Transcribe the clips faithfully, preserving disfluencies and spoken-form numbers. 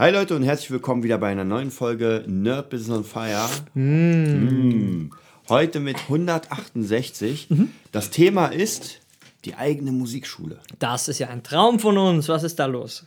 Hi Leute und herzlich willkommen wieder bei einer neuen Folge Nerd Business on Fire. Mm. Mm. Heute mit hundertachtundsechzig. Mhm. Das Thema ist die eigene Musikschule. Das ist ja ein Traum von uns. Was ist da los?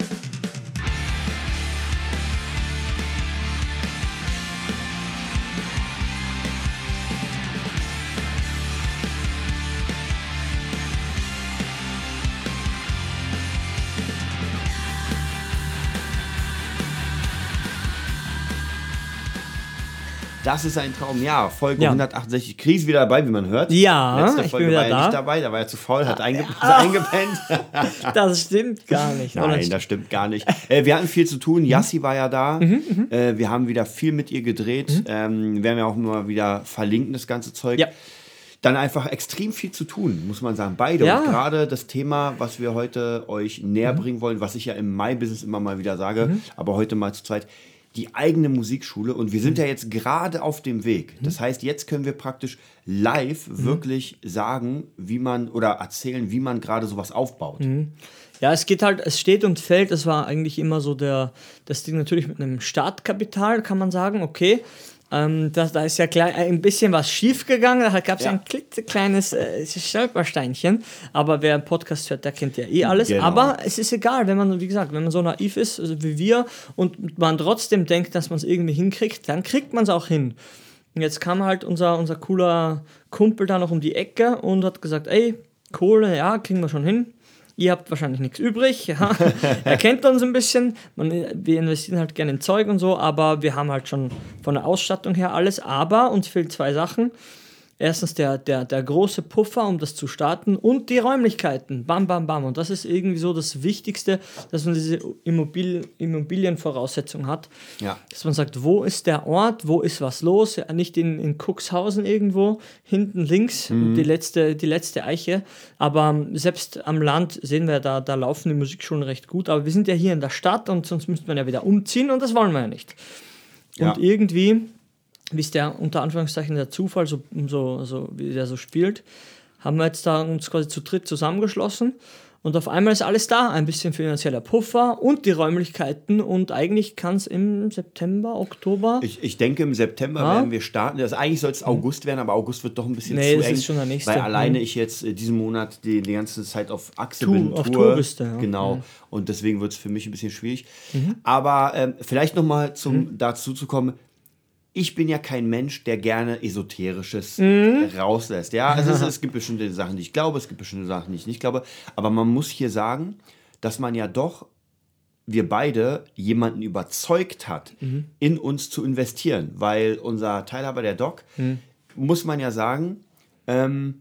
Das ist ein Traum. Ja, Folge Ja. hundertachtundsechzig. Chris ist wieder dabei, wie man hört. Ja, Letzte ich Folge bin wieder war er da. nicht dabei, da war er zu faul, hat einge eingepennt. Das stimmt gar nicht. Nein, Oder? das stimmt gar nicht. Äh, wir hatten viel zu tun. Yassi war ja da. Mhm, äh, wir haben wieder viel mit ihr gedreht. Ähm, werden wir auch immer wieder verlinken, das ganze Zeug. Ja. Dann einfach extrem viel zu tun, muss man sagen. Beide. Ja. Und gerade das Thema, was wir heute euch näher bringen wollen, was ich ja im Mai-Business immer mal wieder sage, Mhm. aber heute mal zu zweit, die eigene Musikschule. Und wir sind ja jetzt gerade auf dem Weg. Das heißt, jetzt können wir praktisch live wirklich sagen, wie man oder erzählen, wie man gerade sowas aufbaut. Ja, es geht halt, es steht und fällt, das war eigentlich immer so der, das Ding natürlich mit einem Startkapital, kann man sagen, okay. Ähm, das, da ist ja klein, ein bisschen was schief gegangen, da gab es Ja. ein klitzekleines äh, Stolpersteinchen, aber wer einen Podcast hört, der kennt ja eh alles, Genau. aber es ist egal, wenn man, wie gesagt, wenn man so naiv ist also wie wir und man trotzdem denkt, dass man es irgendwie hinkriegt, dann kriegt man es auch hin. Und jetzt kam halt unser, unser cooler Kumpel da noch um die Ecke und hat gesagt, ey, Kohle, ja, kriegen wir schon hin. Ihr habt wahrscheinlich nichts übrig, ja. Er kennt uns ein bisschen, man, wir investieren halt gerne in Zeug und so, aber wir haben halt schon von der Ausstattung her alles, aber uns fehlen zwei Sachen. Erstens der, der, der große Puffer, um das zu starten und die Räumlichkeiten, bam, bam, bam. Und das ist irgendwie so das Wichtigste, dass man diese Immobil- Immobilienvoraussetzung hat. Ja. Dass man sagt, wo ist der Ort, wo ist was los, ja, nicht in, in Cuxhausen irgendwo, hinten links, die, letzte, die letzte Eiche, aber selbst am Land sehen wir, da, da laufen die Musikschulen recht gut, aber wir sind ja hier in der Stadt und sonst müsste man ja wieder umziehen und das wollen wir ja nicht. Ja. Und irgendwie, wie es der unter Anführungszeichen der Zufall, so, so, so, wie der so spielt, haben wir jetzt da uns quasi zu dritt zusammengeschlossen. Und auf einmal ist alles da, ein bisschen finanzieller Puffer und die Räumlichkeiten und eigentlich kann es im September, Oktober... Ich, ich denke, im September Ja. werden wir starten. Das, eigentlich soll es August werden, aber August wird doch ein bisschen Nee, zu das eng. ist schon der nächste. Weil alleine Mhm. ich jetzt äh, diesen Monat die, die ganze Zeit auf Achse Tour- bin. auf Tour bist du, ja. Genau. Mhm. Und deswegen wird es für mich ein bisschen schwierig. Aber ähm, vielleicht nochmal zum Mhm. dazu zu kommen. Ich bin ja kein Mensch, der gerne Esoterisches Mhm. rauslässt. Ja, also es, es gibt bestimmte Sachen, die ich glaube, es gibt bestimmte Sachen, die ich nicht glaube. Aber man muss hier sagen, dass man ja doch, wir beide, jemanden überzeugt hat, Mhm. in uns zu investieren. Weil unser Teilhaber, der Doc, Mhm. muss man ja sagen, ähm,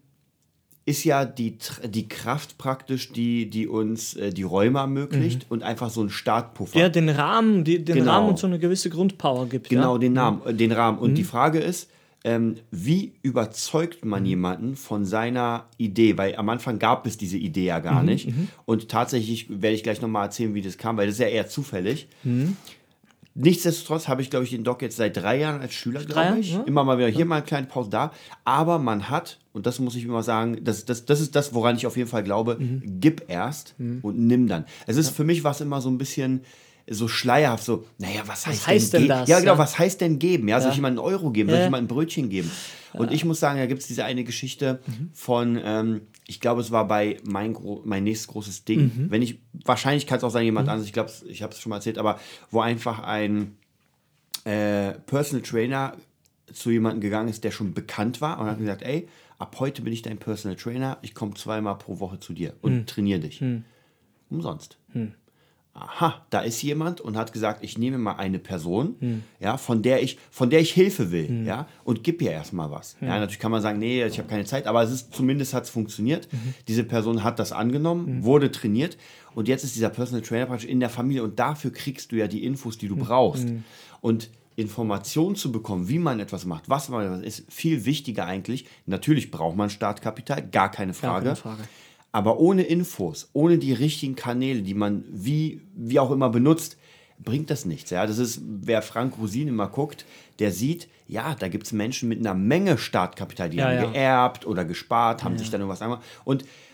ist ja die, Tr- die Kraft praktisch, die, die uns äh, die Räume ermöglicht und einfach so ein Startpuffer. Der den Rahmen, die, den Genau. Rahmen und so eine gewisse Grundpower gibt. Genau, ja? den, Namen, äh, den Rahmen. Und die Frage ist, ähm, wie überzeugt man jemanden von seiner Idee? Weil am Anfang gab es diese Idee ja gar nicht. Und tatsächlich werde ich gleich nochmal erzählen, wie das kam, weil das ist ja eher zufällig. Nichtsdestotrotz habe ich, glaube ich, den Doc jetzt seit drei Jahren als Schüler, Drei glaube ich. Jahre, ja. Immer mal wieder hier mal eine kleine Pause da. Aber man hat, und das muss ich immer sagen, das, das, das ist das, woran ich auf jeden Fall glaube, gib erst und nimm dann. Es ist für mich was immer so ein bisschen so schleierhaft, so, naja, was heißt, heißt denn, denn ge- das, Ja, genau, ja? was heißt denn geben? Ja, soll ich jemandem einen Euro geben? Soll ich Ja. jemandem ein Brötchen geben? Und ich muss sagen, da gibt es diese eine Geschichte von, ähm, ich glaube, es war bei mein, Gro mein nächstes großes Ding. Wenn ich, wahrscheinlich kann es auch sein, jemand anderes, ich glaube, ich habe es schon mal erzählt, aber wo einfach ein äh, Personal Trainer zu jemandem gegangen ist, der schon bekannt war und hat gesagt, ey, ab heute bin ich dein Personal Trainer, ich komme zweimal pro Woche zu dir und trainiere dich. Umsonst. Aha, da ist jemand und hat gesagt, ich nehme mal eine Person, ja, von der ich, von der ich Hilfe will, ja, und gib ihr erstmal was. Ja, natürlich kann man sagen, nee, ich habe keine Zeit, aber es ist zumindest hat es funktioniert. Diese Person hat das angenommen, wurde trainiert und jetzt ist dieser Personal Trainer praktisch in der Familie und dafür kriegst du ja die Infos, die du brauchst. Und Informationen zu bekommen, wie man etwas macht, was man etwas ist, viel wichtiger eigentlich. Natürlich braucht man Startkapital, gar keine Frage. keine Frage. Aber ohne Infos, ohne die richtigen Kanäle, die man wie, wie auch immer benutzt, bringt das nichts. Ja? Das ist, wer Frank Rosin immer guckt, der sieht, ja, da gibt es Menschen mit einer Menge Startkapital, die Ja, haben ja. geerbt oder gespart, haben sich dann irgendwas angemacht. Und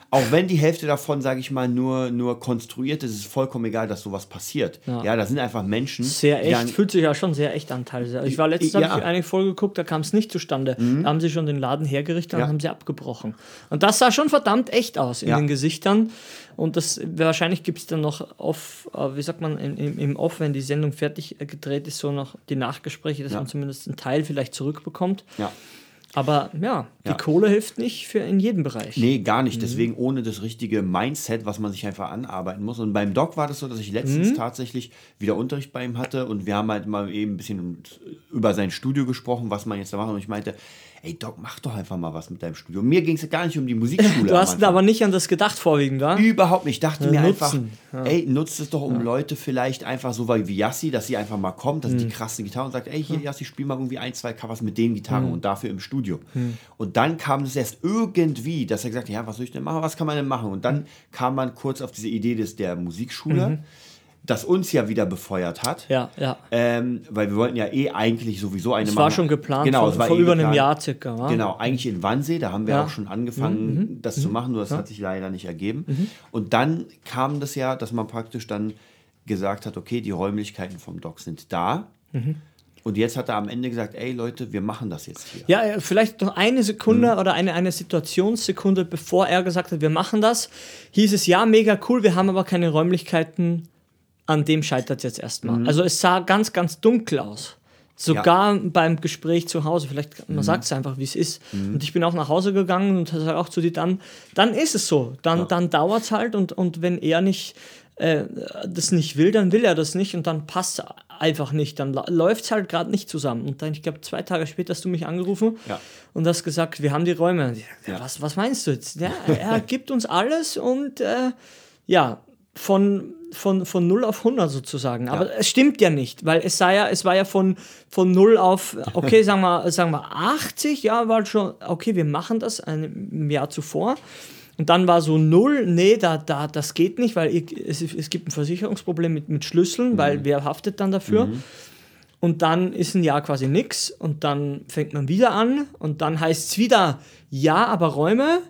Auch wenn die Hälfte davon, sage ich mal, nur, nur konstruiert ist, ist es vollkommen egal, dass sowas passiert. Ja, ja, da sind einfach Menschen. Sehr echt, dann, fühlt sich ja schon sehr echt an teilweise. Ich war letztens, ja. habe ich eine Folge geguckt, da kam es nicht zustande. Mhm. Da haben sie schon den Laden hergerichtet und ja. haben sie abgebrochen. Und das sah schon verdammt echt aus in ja. den Gesichtern. Und das wahrscheinlich gibt es dann noch off, wie sagt man, im, im Off, wenn die Sendung fertig gedreht ist, so noch die Nachgespräche, dass ja. man zumindest einen Teil vielleicht zurückbekommt. Ja. Aber ja, die ja. Kohle hilft nicht für in jedem Bereich. Nee, gar nicht. Mhm. Deswegen ohne das richtige Mindset, was man sich einfach anarbeiten muss. Und beim Doc war das so, dass ich letztens mhm. tatsächlich wieder Unterricht bei ihm hatte und wir haben halt mal eben ein bisschen über sein Studio gesprochen, was man jetzt da macht. Und ich meinte, ey Doc, mach doch einfach mal was mit deinem Studio. Mir ging es gar nicht um die Musikschule. Du hast aber nicht an das gedacht vorwiegend, wa? Überhaupt nicht. Ich dachte ja, mir nutzen. einfach, ja. ey, nutzt es doch, um ja. Leute vielleicht einfach so wie Yassi, dass sie einfach mal kommt, dass mhm. die krasse Gitarre und sagt, ey, hier Yassi, spiel mal irgendwie ein, zwei Covers mit den Gitarren mhm. und dafür im Studio. Mhm. Und dann kam es erst irgendwie, dass er gesagt hat, ja, was soll ich denn machen, was kann man denn machen? Und dann kam man kurz auf diese Idee des, der Musikschule, mhm. das uns ja wieder befeuert hat. Ja, ja. Ähm, weil wir wollten ja eh eigentlich sowieso eine das machen. war schon geplant, genau, vor, es war vor eh über geplant. einem Jahr circa. Ja. Genau, eigentlich in Wannsee, da haben wir ja. auch schon angefangen, mhm. das mhm. zu machen, nur das ja. hat sich leider nicht ergeben. Mhm. Und dann kam das ja, dass man praktisch dann gesagt hat, okay, die Räumlichkeiten vom Doc sind da. Mhm. Und jetzt hat er am Ende gesagt, ey Leute, wir machen das jetzt hier. Ja, vielleicht noch eine Sekunde mhm. oder eine, eine Situationssekunde, bevor er gesagt hat, wir machen das, hieß es, ja, mega cool, wir haben aber keine Räumlichkeiten. An dem scheitert es jetzt erstmal. Mhm. Also es sah ganz, ganz dunkel aus. Sogar ja. beim Gespräch zu Hause. Vielleicht, man mhm. sagt es einfach, wie es ist. Mhm. Und ich bin auch nach Hause gegangen und sage auch zu dir, dann, dann ist es so. Dann, ja. dann dauert es halt und, und wenn er nicht äh, das nicht will, dann will er das nicht und dann passt es einfach nicht. Dann läuft es halt gerade nicht zusammen. Und dann, ich glaube, zwei Tage später hast du mich angerufen ja. und hast gesagt, wir haben die Räume. Ich, ja. was, was meinst du jetzt? Ja, er gibt uns alles und äh, ja, von Von, von null auf hundert sozusagen. Aber ja. es stimmt ja nicht, weil es sei ja, es war ja von, von null auf, okay, sagen wir, sagen wir achtzig, ja, war schon, okay, wir machen das ein Jahr zuvor. Und dann war so null, nee, da, da, das geht nicht, weil ich, es, es gibt ein Versicherungsproblem mit, mit Schlüsseln, mhm. weil wer haftet dann dafür? Mhm. Und dann ist ein Jahr quasi nix und dann fängt man wieder an und dann heißt es wieder, ja, aber Räume.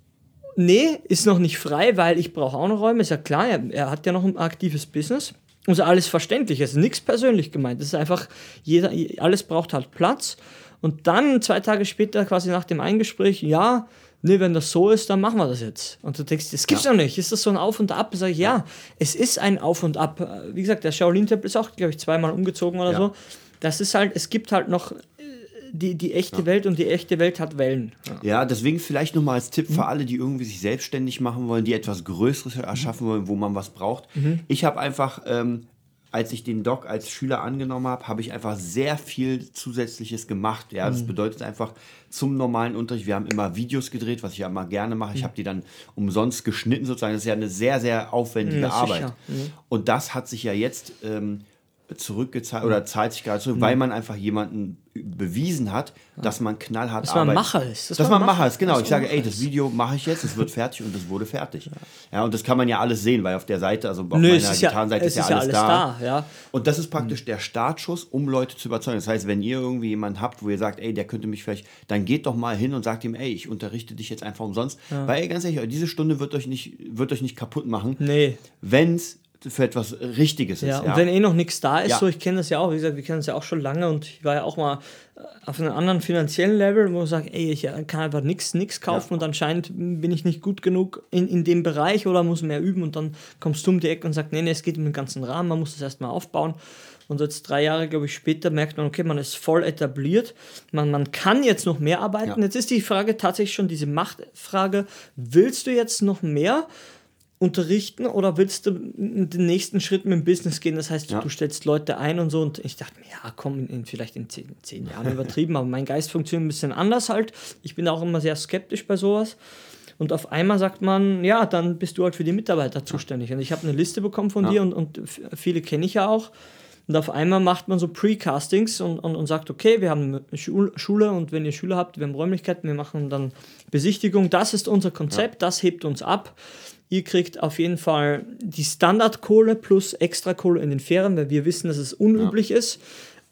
Nee, ist noch nicht frei, weil ich brauche auch noch Räume. Ist ja klar, er, er hat ja noch ein aktives Business. Also alles verständlich, es ist nichts persönlich gemeint. Es ist einfach, jeder, alles braucht halt Platz. Und dann zwei Tage später, quasi nach dem Eingespräch, ja, nee, wenn das so ist, dann machen wir das jetzt. Und du denkst, das gibt's ja. doch nicht. Ist das so ein Auf und Ab? Sag ich, ja, es ist ein Auf und Ab. Wie gesagt, der Shaolin-Tempel ist auch, glaube ich, zweimal umgezogen oder ja. so. Das ist halt, es gibt halt noch Die, die echte ja. Welt und die echte Welt hat Wellen. Ja, ja, deswegen vielleicht nochmal als Tipp mhm. für alle, die irgendwie sich selbstständig machen wollen, die etwas Größeres erschaffen mhm. wollen, wo man was braucht. Mhm. Ich habe einfach, ähm, als ich den Doc als Schüler angenommen habe, habe ich einfach sehr viel Zusätzliches gemacht. Ja, das mhm. bedeutet einfach zum normalen Unterricht, wir haben immer Videos gedreht, was ich ja immer gerne mache. Ich mhm. habe die dann umsonst geschnitten sozusagen. Das ist ja eine sehr, sehr aufwendige ja, Arbeit. Mhm. Und das hat sich ja jetzt ähm, zurückgezahlt oder zahlt sich gerade zurück, mhm. weil man einfach jemanden bewiesen hat, dass man knallhart dass arbeitet. Dass man Macher ist. Das dass man Macher ist, genau. Das ich sage, ey, das Video mache ich jetzt, es wird fertig und es wurde fertig. Ja. ja, und das kann man ja alles sehen, weil auf der Seite, also auf Nö, meiner Gitarrenseite ja, ist ja ist alles, alles da. da ja. Und das ist praktisch mhm. der Startschuss, um Leute zu überzeugen. Das heißt, wenn ihr irgendwie jemanden habt, wo ihr sagt, ey, der könnte mich vielleicht, dann geht doch mal hin und sagt ihm, ey, ich unterrichte dich jetzt einfach umsonst. Ja. Weil, ey, ganz ehrlich, diese Stunde wird euch nicht, wird euch nicht kaputt machen, nee. wenn es für etwas Richtiges ist. Ja, und ja. wenn eh noch nichts da ist, ja. so, ich kenne das ja auch, wie gesagt, wir kennen das ja auch schon lange und ich war ja auch mal auf einem anderen finanziellen Level, wo ich sage, ey, ich kann einfach nichts nichts kaufen ja. und anscheinend bin ich nicht gut genug in, in dem Bereich oder muss mehr üben und dann kommst du um die Ecke und sagst, nee, nee, es geht um den ganzen Rahmen, man muss das erstmal aufbauen. Und jetzt drei Jahre, glaube ich, später merkt man, okay, man ist voll etabliert, man, man kann jetzt noch mehr arbeiten. Ja. Jetzt ist die Frage tatsächlich schon diese Machtfrage, willst du jetzt noch mehr unterrichten oder willst du den nächsten Schritt mit dem Business gehen? Das heißt, ja. du stellst Leute ein und so und ich dachte mir, ja komm, in, in, vielleicht in zehn, zehn Jahren übertrieben, aber mein Geist funktioniert ein bisschen anders halt. Ich bin auch immer sehr skeptisch bei sowas. Und auf einmal sagt man, ja, dann bist du halt für die Mitarbeiter zuständig. Und ich habe eine Liste bekommen von ja. dir und, und viele kenne ich ja auch. Und auf einmal macht man so Pre-Castings und, und, und sagt, okay, wir haben eine Schule und wenn ihr Schüler habt, wir haben Räumlichkeiten, wir machen dann Besichtigung. Das ist unser Konzept, ja. das hebt uns ab. Ihr kriegt auf jeden Fall die Standardkohle plus Extrakohle in den Ferien, weil wir wissen, dass es unüblich ja. ist.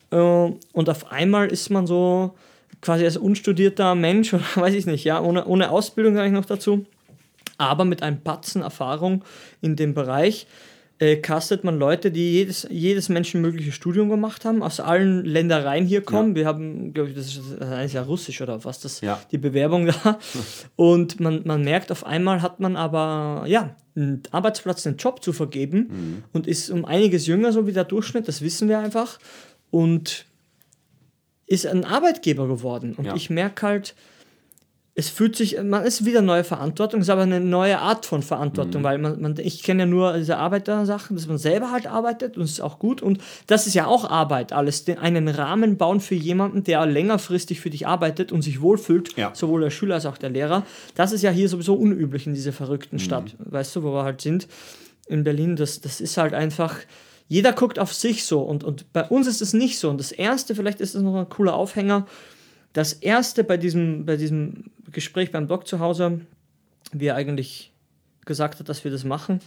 Und auf einmal ist man so quasi als unstudierter Mensch, oder weiß ich nicht, ja, ohne, ohne Ausbildung sage ich noch dazu, Aber mit einem Batzen Erfahrung in dem Bereich äh, castet man Leute, die jedes, jedes menschenmögliche Studium gemacht haben, aus allen Ländereien hier kommen. Ja. Wir haben, glaube ich, das ist, das ist ja russisch oder was, das, ja. die Bewerbung da. Und man, man merkt, auf einmal hat man aber, ja, einen Arbeitsplatz, einen Job zu vergeben mhm. und ist um einiges jünger, so wie der Durchschnitt, das wissen wir einfach. Und ist ein Arbeitgeber geworden. Und ja. ich merke halt, es fühlt sich, man ist wieder neue Verantwortung, ist aber eine neue Art von Verantwortung, mhm. weil man, man ich kenne ja nur diese Arbeitersachen, dass man selber halt arbeitet und es ist auch gut und das ist ja auch Arbeit, alles, den, einen Rahmen bauen für jemanden, der längerfristig für dich arbeitet und sich wohlfühlt, ja. sowohl der Schüler als auch der Lehrer. Das ist ja hier sowieso unüblich in dieser verrückten mhm. Stadt, weißt du, wo wir halt sind, in Berlin, das, das ist halt einfach, jeder guckt auf sich so und, und bei uns ist es nicht so und das Erste, vielleicht ist es noch ein cooler Aufhänger, das Erste bei diesem, bei diesem Gespräch beim Doc zu Hause, wie er eigentlich gesagt hat, dass wir das machen,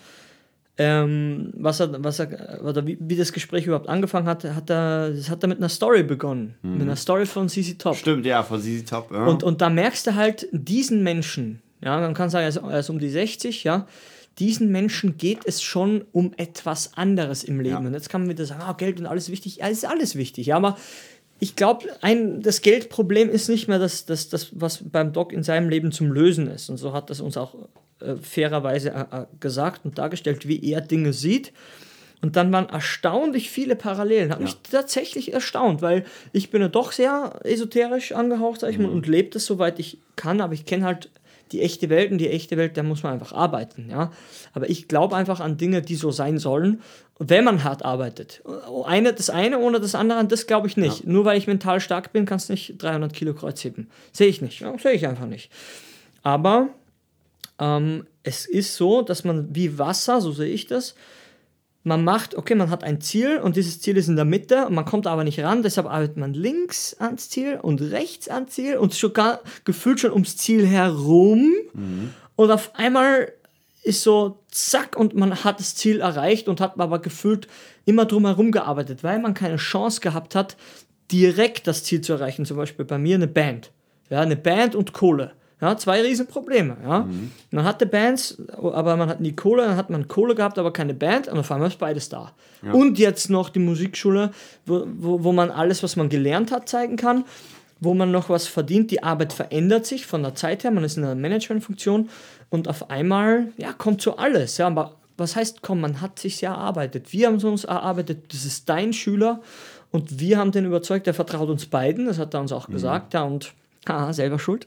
ähm, was er, was er, oder wie, wie das Gespräch überhaupt angefangen hat, hat er, das hat er mit einer Story begonnen. Mhm. Mit einer Story von Z Z Top. Stimmt, ja, von Z Z Top. Ja. Und, und da merkst du halt, diesen Menschen, ja, man kann sagen, er ist, er ist um die sechzig, ja, diesen Menschen geht es schon um etwas anderes im Leben. Ja. Und jetzt kann man wieder sagen, ah, Geld und alles wichtig. Ja, es ist alles wichtig, ja, aber ich glaube, das Geldproblem ist nicht mehr das, das, das, was beim Doc in seinem Leben zum Lösen ist. Und so hat das uns auch äh, fairerweise äh, gesagt und dargestellt, wie er Dinge sieht. Und dann waren erstaunlich viele Parallelen. Hat ja. mich tatsächlich erstaunt, weil ich bin ja doch sehr esoterisch angehaucht, sag ich mhm. mal, und lebe das, soweit ich kann. Aber ich kenne halt die echte Welt und die echte Welt, da muss man einfach arbeiten. Ja? Aber ich glaube einfach an Dinge, die so sein sollen, wenn man hart arbeitet. Eine, das eine ohne das andere, das glaube ich nicht. Ja. Nur weil ich mental stark bin, kannst du nicht dreihundert Kilo Kreuz heben. Sehe ich nicht. Ja, sehe ich einfach nicht. Aber ähm, es ist so, dass man wie Wasser, so sehe ich das, man macht, okay, man hat ein Ziel und dieses Ziel ist in der Mitte und man kommt aber nicht ran, deshalb arbeitet man links ans Ziel und rechts ans Ziel und sogar gefühlt schon ums Ziel herum mhm. und auf einmal ist so zack und man hat das Ziel erreicht und hat aber gefühlt immer drumherum gearbeitet, weil man keine Chance gehabt hat, direkt das Ziel zu erreichen. Zum Beispiel bei mir eine Band. Ja, eine Band und Kohle. Ja, zwei Riesenprobleme. Ja. Mhm. Man hatte Bands, aber man hat nie Kohle, dann hat man Kohle gehabt, aber keine Band und auf einmal ist beides da. Ja. Und jetzt noch die Musikschule, wo, wo, wo man alles, was man gelernt hat, zeigen kann, wo man noch was verdient. Die Arbeit verändert sich von der Zeit her, man ist in einer Managementfunktion und auf einmal ja, kommt so alles. Ja, aber was heißt, komm, man hat sich ja erarbeitet. Wir haben es uns erarbeitet, das ist dein Schüler und wir haben den überzeugt, der vertraut uns beiden, das hat er uns auch mhm. gesagt, ja, und haha, selber schuld.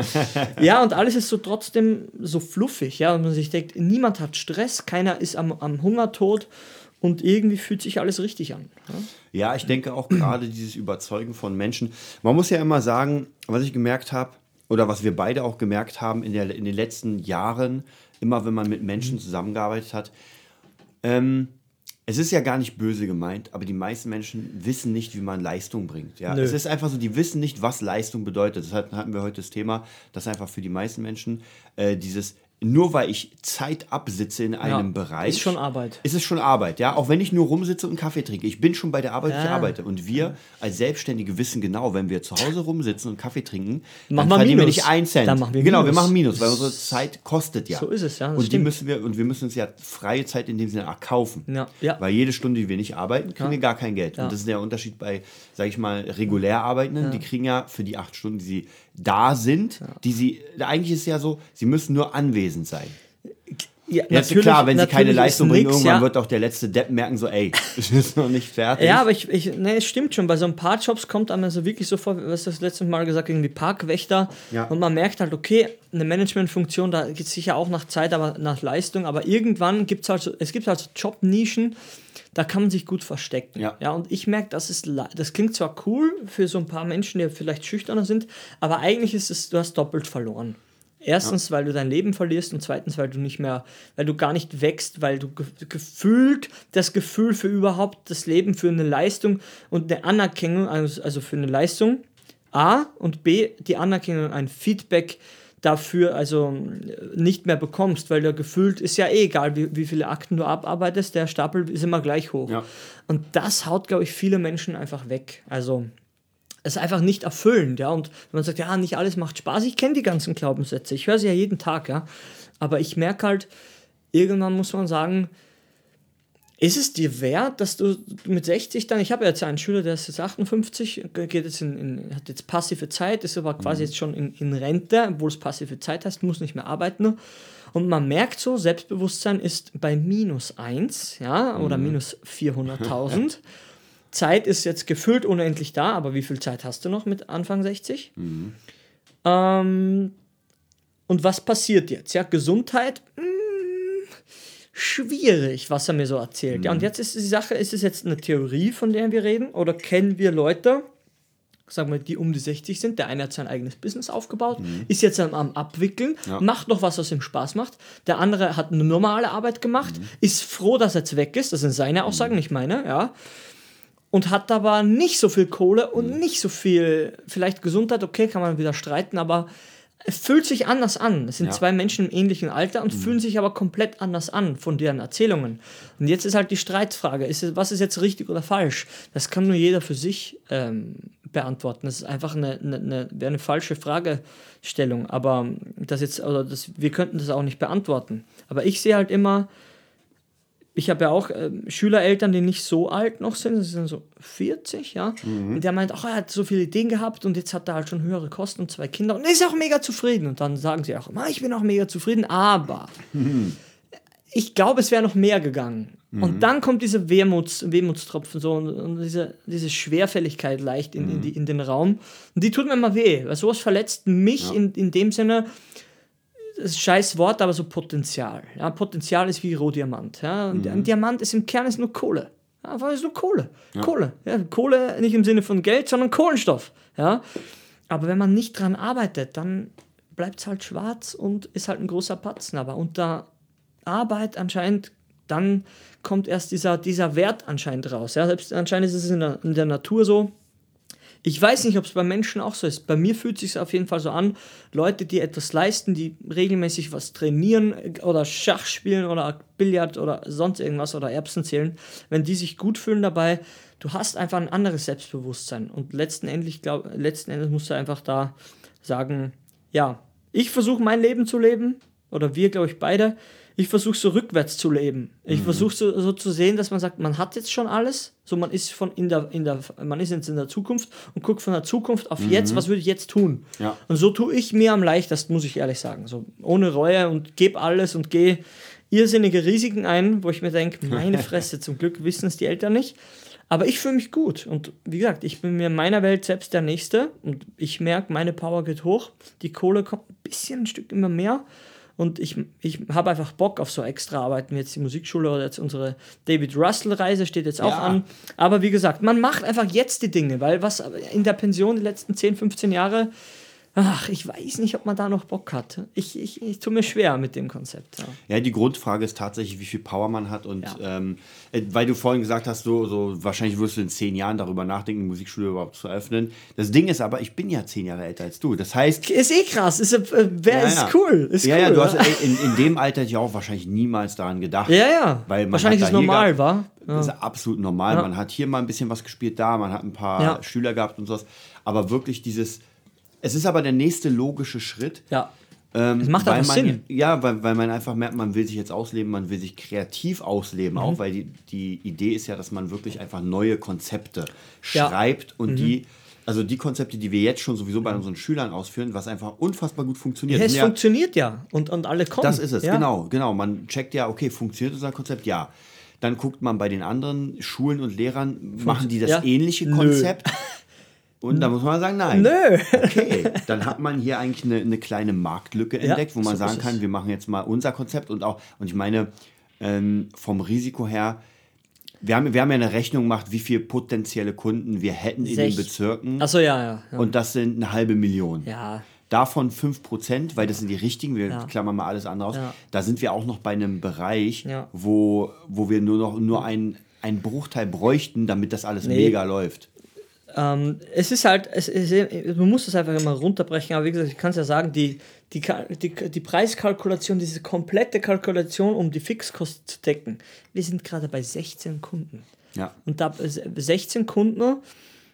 Ja, und alles ist so trotzdem so fluffig, ja, und man sich denkt, niemand hat Stress, keiner ist am, am Hungertod und irgendwie fühlt sich alles richtig an. Ja, ja ich denke auch gerade dieses Überzeugen von Menschen. Man muss ja immer sagen, was ich gemerkt habe, oder was wir beide auch gemerkt haben in, der, in den letzten Jahren, immer wenn man mit Menschen zusammengearbeitet hat, ähm, es ist ja gar nicht böse gemeint, aber die meisten Menschen wissen nicht, wie man Leistung bringt. Ja? Es ist einfach so, die wissen nicht, was Leistung bedeutet. Deshalb hatten wir heute das Thema, dass einfach für die meisten Menschen äh, dieses, nur weil ich Zeit absitze in einem ja, Bereich, ist schon Arbeit. Ist es schon Arbeit, ja. Auch wenn ich nur rumsitze und einen Kaffee trinke. Ich bin schon bei der Arbeit, ja. ich arbeite. Und wir als Selbstständige wissen genau, wenn wir zu Hause rumsitzen und Kaffee trinken, dann verdienen Minus. wir nicht einen Cent. Dann machen wir genau, Minus. wir machen Minus, weil unsere Zeit kostet ja. So ist es, ja. Und die müssen wir, und wir müssen uns ja freie Zeit in dem Sinne erkaufen. Ja. Ja. Weil jede Stunde, die wir nicht arbeiten, kriegen ja. wir gar kein Geld. Ja. Und das ist der Unterschied bei, sag ich mal, regulär Arbeitenden. Ja. Die kriegen ja für die acht Stunden, die sie da sind, ja. die sie, eigentlich ist es ja so, sie müssen nur anwesend sein. Ja, ja ist klar, wenn sie keine Leistung bringen, nix, irgendwann ja. wird auch der letzte Depp merken, so ey, ich ist noch nicht fertig. Ja, aber ich, ich nee, es stimmt schon, bei so ein paar Jobs kommt einem so wirklich so vor, was das letzte Mal gesagt, irgendwie Parkwächter ja. und man merkt halt, okay, eine Managementfunktion, da geht es sicher auch nach Zeit, aber nach Leistung, aber irgendwann gibt es halt so, es gibt halt so Jobnischen, da kann man sich gut verstecken. Ja. Ja, und ich merke, das ist, das klingt zwar cool für so ein paar Menschen, die vielleicht schüchterner sind, aber eigentlich ist es, du hast doppelt verloren. Erstens, ja. weil du dein Leben verlierst und zweitens, weil du nicht mehr, weil du gar nicht wächst, weil du ge- gefühlt das Gefühl für überhaupt das Leben, für eine Leistung und eine Anerkennung, also für eine Leistung, A, und B, die Anerkennung, ein Feedback dafür also nicht mehr bekommst, weil der gefühlt ist ja eh egal, wie, wie viele Akten du abarbeitest, der Stapel ist immer gleich hoch. Ja. Und das haut, glaube ich, viele Menschen einfach weg. Also es ist einfach nicht erfüllend, ja. Und wenn man sagt, ja, nicht alles macht Spaß, ich kenne die ganzen Glaubenssätze, ich höre sie ja jeden Tag, ja. Aber ich merke halt, irgendwann muss man sagen, ist es dir wert, dass du mit sechzig dann, ich habe ja jetzt einen Schüler, der ist jetzt achtundfünfzig, geht jetzt in, in, hat jetzt passive Zeit, ist aber quasi mhm. jetzt schon in, in Rente, obwohl es passive Zeit heißt, muss nicht mehr arbeiten. Und man merkt so, Selbstbewusstsein ist bei minus eins, ja, oder mhm. minus vierhunderttausend. Zeit ist jetzt gefühlt unendlich da, aber wie viel Zeit hast du noch mit Anfang sechzig? Mhm. Ähm, und was passiert jetzt? Ja, Gesundheit, mh, schwierig, was er mir so erzählt. Mhm. Ja, und jetzt ist die Sache, ist es jetzt eine Theorie, von der wir reden, oder kennen wir Leute, sagen wir, die um die sechzig sind, der eine hat sein eigenes Business aufgebaut, mhm. ist jetzt am, am Abwickeln, ja. macht noch was, was ihm Spaß macht, der andere hat eine normale Arbeit gemacht, mhm. ist froh, dass er jetzt weg ist, das sind seine Aussagen, mhm. nicht meine, ja, und hat aber nicht so viel Kohle und mhm. nicht so viel, vielleicht Gesundheit, okay, kann man wieder streiten, aber es fühlt sich anders an. Es sind ja. zwei Menschen im ähnlichen Alter und mhm. fühlen sich aber komplett anders an von deren Erzählungen. Und jetzt ist halt die Streitfrage, ist es, was ist jetzt richtig oder falsch? Das kann nur jeder für sich ähm, beantworten. Das ist einfach eine, eine, eine, wäre eine falsche Fragestellung. Aber das jetzt, oder das, wir könnten das auch nicht beantworten. Aber ich sehe halt immer, ich habe ja auch äh, Schülereltern, die nicht so alt noch sind, das sind so vierzig, ja. Mhm. Und der meint, ach, er hat so viele Ideen gehabt und jetzt hat er halt schon höhere Kosten und zwei Kinder und ist auch mega zufrieden. Und dann sagen sie auch immer, ich bin auch mega zufrieden, aber mhm. ich glaube, es wäre noch mehr gegangen. Mhm. Und dann kommt diese Wehmuts, Wehmutstropfen so und, und diese, diese Schwerfälligkeit leicht in, mhm. in, die, in den Raum. Und die tut mir immer weh, weil sowas verletzt mich ja. in, in dem Sinne. Das ist ein scheiß Wort, aber so Potenzial. Ja, Potenzial ist wie Rohdiamant. Ja? Mhm. Ein Diamant ist im Kern ist nur Kohle. Ja, einfach ist nur Kohle. Ja. Kohle. Ja, Kohle nicht im Sinne von Geld, sondern Kohlenstoff. Ja? Aber wenn man nicht dran arbeitet, dann bleibt es halt schwarz und ist halt ein großer Patzen. Aber unter Arbeit anscheinend, dann kommt erst dieser, dieser Wert anscheinend raus. Ja? Selbst anscheinend ist es in der, in der Natur so. Ich weiß nicht, ob es bei Menschen auch so ist. Bei mir fühlt es sich auf jeden Fall so an, Leute, die etwas leisten, die regelmäßig was trainieren oder Schach spielen oder Billard oder sonst irgendwas oder Erbsen zählen, wenn die sich gut fühlen dabei, du hast einfach ein anderes Selbstbewusstsein. Und letzten Endes, glaub, letzten Endes musst du einfach da sagen, ja, ich versuche mein Leben zu leben, oder wir, glaube ich, beide, ich versuche so rückwärts zu leben. Ich mhm. versuche so, so zu sehen, dass man sagt, man hat jetzt schon alles, so man ist von in der, in der, man ist jetzt in der Zukunft und guckt von der Zukunft auf mhm. jetzt, was würde ich jetzt tun? Ja. Und so tue ich mir am leichtesten, muss ich ehrlich sagen. So ohne Reue und gebe alles und gehe irrsinnige Risiken ein, wo ich mir denke, meine Fresse, zum Glück wissen es die Eltern nicht. Aber ich fühle mich gut. Und wie gesagt, ich bin mir in meiner Welt selbst der Nächste und ich merke, meine Power geht hoch, die Kohle kommt ein bisschen, ein Stück immer mehr. Und ich, ich habe einfach Bock auf so extra Arbeiten, wie jetzt die Musikschule oder jetzt unsere David Russell-Reise steht jetzt auch ja. an. Aber wie gesagt, man macht einfach jetzt die Dinge, weil was in der Pension die letzten zehn, fünfzehn Jahre, ach, ich weiß nicht, ob man da noch Bock hat. Ich, ich, ich tue mir schwer mit dem Konzept. Ja. ja, die Grundfrage ist tatsächlich, wie viel Power man hat. Und ja. ähm, weil du vorhin gesagt hast, so, so wahrscheinlich wirst du in zehn Jahren darüber nachdenken, Musikschule überhaupt zu öffnen. Das Ding ist aber, ich bin ja zehn Jahre älter als du. Das heißt... Ist eh krass. Ist, äh, wer ja, ist ja. cool. Ist ja, cool, ja, du ja. hast in, in dem Alter ja auch wahrscheinlich niemals daran gedacht. Ja, ja. Weil man wahrscheinlich ist es normal, war. Ja. Das ist absolut normal. Ja. Man hat hier mal ein bisschen was gespielt, da, man hat ein paar ja. Schüler gehabt und sowas. Aber wirklich dieses... Es ist aber der nächste logische Schritt. Ja. Ähm, es macht einfach man, Sinn. Ja, weil, weil man einfach merkt, man will sich jetzt ausleben, man will sich kreativ ausleben, mhm. auch weil die, die Idee ist ja, dass man wirklich einfach neue Konzepte ja. schreibt und mhm. die, also die Konzepte, die wir jetzt schon sowieso bei unseren Schülern ausführen, was einfach unfassbar gut funktioniert. Ja, es ja, funktioniert ja und, und alle kommen. Das ist es, ja. genau, genau. Man checkt ja, okay, funktioniert unser Konzept? Ja. Dann guckt man bei den anderen Schulen und Lehrern, Funkt- machen die das ja. ähnliche Konzept? Nö. Und da muss man sagen, nein. Nö. Okay, dann hat man hier eigentlich eine, eine kleine Marktlücke entdeckt, ja, wo man so sagen kann, wir machen jetzt mal unser Konzept und auch, und ich meine, ähm, vom Risiko her, wir haben, wir haben ja eine Rechnung gemacht, wie viele potenzielle Kunden wir hätten in Sech. den Bezirken. Achso, ja, ja, ja. Und das sind eine halbe Million. Ja. Davon fünf Prozent, weil das sind die richtigen, wir ja. klammern mal alles andere aus. Ja. Da sind wir auch noch bei einem Bereich, ja. wo, wo wir nur noch nur einen, einen Bruchteil bräuchten, damit das alles nee. mega läuft. Ähm, es ist halt, es ist, man muss das einfach immer runterbrechen, aber wie gesagt, ich kann es ja sagen, die, die, die, die Preiskalkulation, diese komplette Kalkulation, um die Fixkosten zu decken, wir sind gerade bei sechzehn Kunden. Ja. Und da sechzehn Kunden,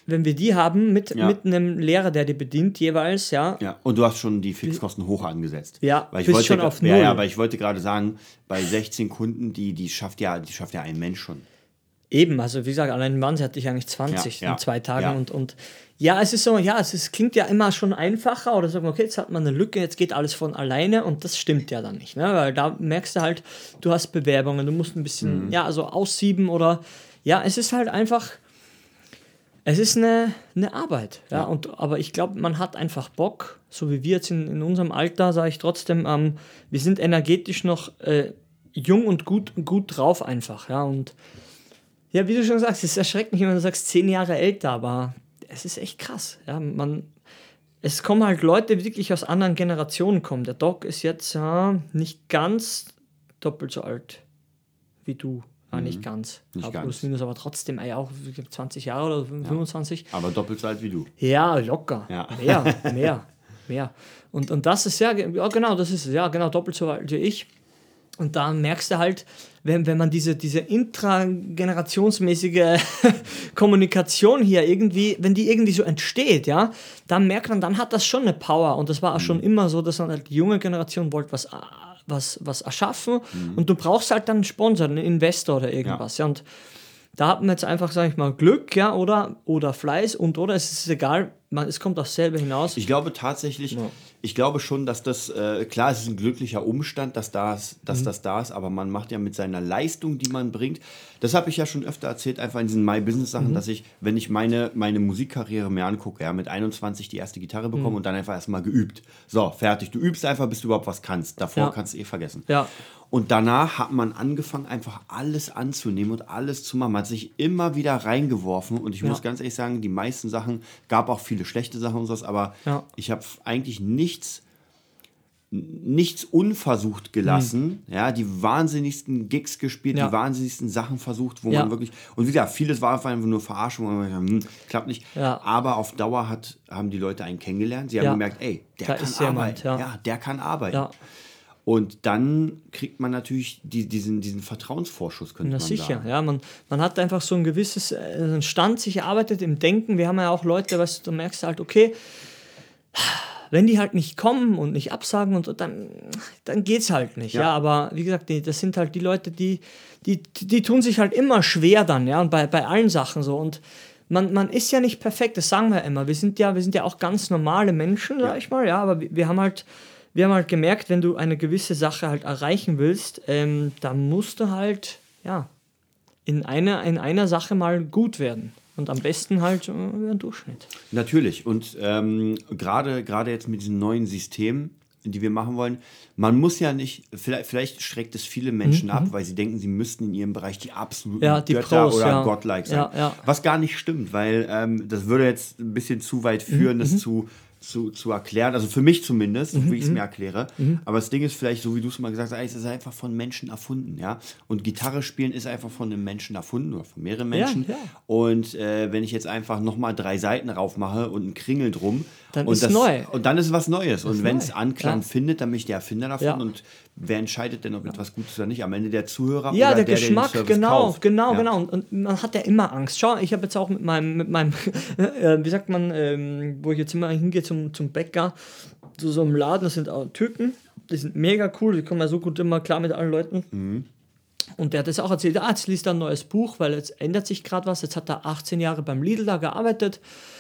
wenn wir die haben, mit, Ja. mit einem Lehrer, der die bedient jeweils, ja. Ja, und du hast schon die Fixkosten hoch angesetzt. Ja, weil ich bist wollte, schon auf ja, Null. ja, weil ich wollte gerade sagen, bei sechzehn Kunden, die, die, schafft ja, die schafft ja ein Mensch schon. Eben, also wie gesagt, allein in Wannsee hatte ich eigentlich zwanzig Ja, ja, in zwei Tagen ja. und, und ja, es ist so, ja, es ist, klingt ja immer schon einfacher oder sagen, okay, jetzt hat man eine Lücke, jetzt geht alles von alleine und das stimmt ja dann nicht, ne? Weil da merkst du halt, du hast Bewerbungen, du musst ein bisschen, Mhm. ja, also aussieben oder, ja, es ist halt einfach, es ist eine, eine Arbeit, ja, Ja. und, aber ich glaube, man hat einfach Bock, so wie wir jetzt in, in unserem Alter, sage ich trotzdem, ähm, wir sind energetisch noch äh, jung und gut, gut drauf einfach, ja, und ja, wie du schon sagst, es erschreckt mich, wenn du sagst, zehn Jahre älter, aber es ist echt krass. Ja, man, es kommen halt Leute, die wirklich aus anderen Generationen kommen. Der Doc ist jetzt ja nicht ganz doppelt so alt wie du. Ja, nicht ganz. Nicht ja, ganz. plus minus, aber trotzdem, ey, auch zwanzig Jahre oder fünfundzwanzig. Aber doppelt so alt wie du. Ja, locker. Ja. Mehr, mehr, mehr. Und, und das ist ja, ja, genau, das ist es. Ja, genau, doppelt so alt wie ich. Und da merkst du halt, wenn, wenn man diese, diese intragenerationsmäßige Kommunikation hier irgendwie, wenn die irgendwie so entsteht, ja, dann merkt man, dann hat das schon eine Power. Und das war auch schon immer so, dass dann halt die junge Generation wollte was, was, was erschaffen und du brauchst halt dann einen Sponsor, einen Investor oder irgendwas. Ja. Ja, und da hat man jetzt einfach, sag ich mal, Glück, ja, oder, oder Fleiß und oder, es ist egal, man, es kommt aufs selbe hinaus. Ich glaube tatsächlich, Ja. ich glaube schon, dass das, äh, klar, es ist ein glücklicher Umstand, dass, das, dass Mhm. das da ist, aber man macht ja mit seiner Leistung, die man bringt, das habe ich ja schon öfter erzählt, einfach in diesen My-Business-Sachen, Mhm. dass ich, wenn ich meine, meine Musikkarriere mir angucke, ja, mit einundzwanzig die erste Gitarre bekommen Mhm. und dann einfach erstmal geübt. So, fertig. Du übst einfach, bis du überhaupt was kannst. Davor Ja. kannst du eh vergessen. Ja. Und danach hat man angefangen, einfach alles anzunehmen und alles zu machen. Man hat sich immer wieder reingeworfen. Und ich Ja. muss ganz ehrlich sagen, die meisten Sachen, gab auch viele schlechte Sachen und sowas, aber Ja. ich habe eigentlich nichts, nichts unversucht gelassen. Ja, die wahnsinnigsten Gigs gespielt, Ja. die wahnsinnigsten Sachen versucht, wo Ja. man wirklich. Und wie gesagt, vieles war einfach nur Verarschung, wo man gesagt, hm, klappt nicht. Ja. Aber auf Dauer hat, haben die Leute einen kennengelernt. Sie haben Ja. gemerkt, ey, der Da kann ist jemand, arbeiten. ja. ja, der kann arbeiten. Ja. Und dann kriegt man natürlich die, diesen, diesen Vertrauensvorschuss, könnte Na man sicher, sagen. ja, man, man hat einfach so ein gewisses äh, einen Stand sich erarbeitet im Denken. Wir haben ja auch Leute, weißt du, du merkst halt, okay, wenn die halt nicht kommen und nicht absagen und so, dann, dann geht's halt nicht. Ja. Ja. Ja, aber wie gesagt, die, das sind halt die Leute, die, die, die, die tun sich halt immer schwer dann, ja, und bei, bei allen Sachen so. Und man, man ist ja nicht perfekt, das sagen wir immer. Wir sind ja, wir sind ja auch ganz normale Menschen, sag Ja. ich mal, ja, aber wir, wir haben halt. Wir haben halt gemerkt, wenn du eine gewisse Sache halt erreichen willst, ähm, dann musst du halt, ja, in einer, in einer Sache mal gut werden. Und am besten halt äh, über den Durchschnitt. Natürlich. Und ähm, gerade gerade jetzt mit diesen neuen Systemen, die wir machen wollen, man muss ja nicht, vielleicht, vielleicht schreckt es viele Menschen ab, weil sie denken, sie müssten in ihrem Bereich die absoluten Ja, die Götter Pros, oder ja. Godlike sein. Ja, ja. Was gar nicht stimmt, weil ähm, das würde jetzt ein bisschen zu weit führen, das zu, zu, zu erklären. Also für mich zumindest, so wie ich es mir erkläre. Aber das Ding ist vielleicht, so wie du es mal gesagt hast, es ist einfach von Menschen erfunden. Ja? Und Gitarre spielen ist einfach von einem Menschen erfunden oder von mehreren Menschen. ja. Und äh, wenn ich jetzt einfach nochmal drei Seiten raufmache und einen Kringel drum, Dann und ist das, neu. Und dann ist was Neues. Und wenn es neu. Anklang Ja. findet, dann bin ich der Erfinder davon. Ja. Und wer entscheidet denn, ob etwas gut ist oder nicht? Am Ende der Zuhörer Ja, oder der der, Geschmack, der den Service genau, kauft. genau, Ja. genau. Und, und man hat ja immer Angst. Schau, ich habe jetzt auch mit meinem, mit meinem äh, wie sagt man, ähm, wo ich jetzt immer hingehe zum, zum Bäcker, zu so einem Laden, das sind auch Türken, die sind mega cool, die kommen ja so gut immer klar mit allen Leuten. Mhm. Und der hat das auch erzählt, ah, jetzt liest er ein neues Buch, weil jetzt ändert sich gerade was. Jetzt hat er achtzehn Jahre beim Lidl da gearbeitet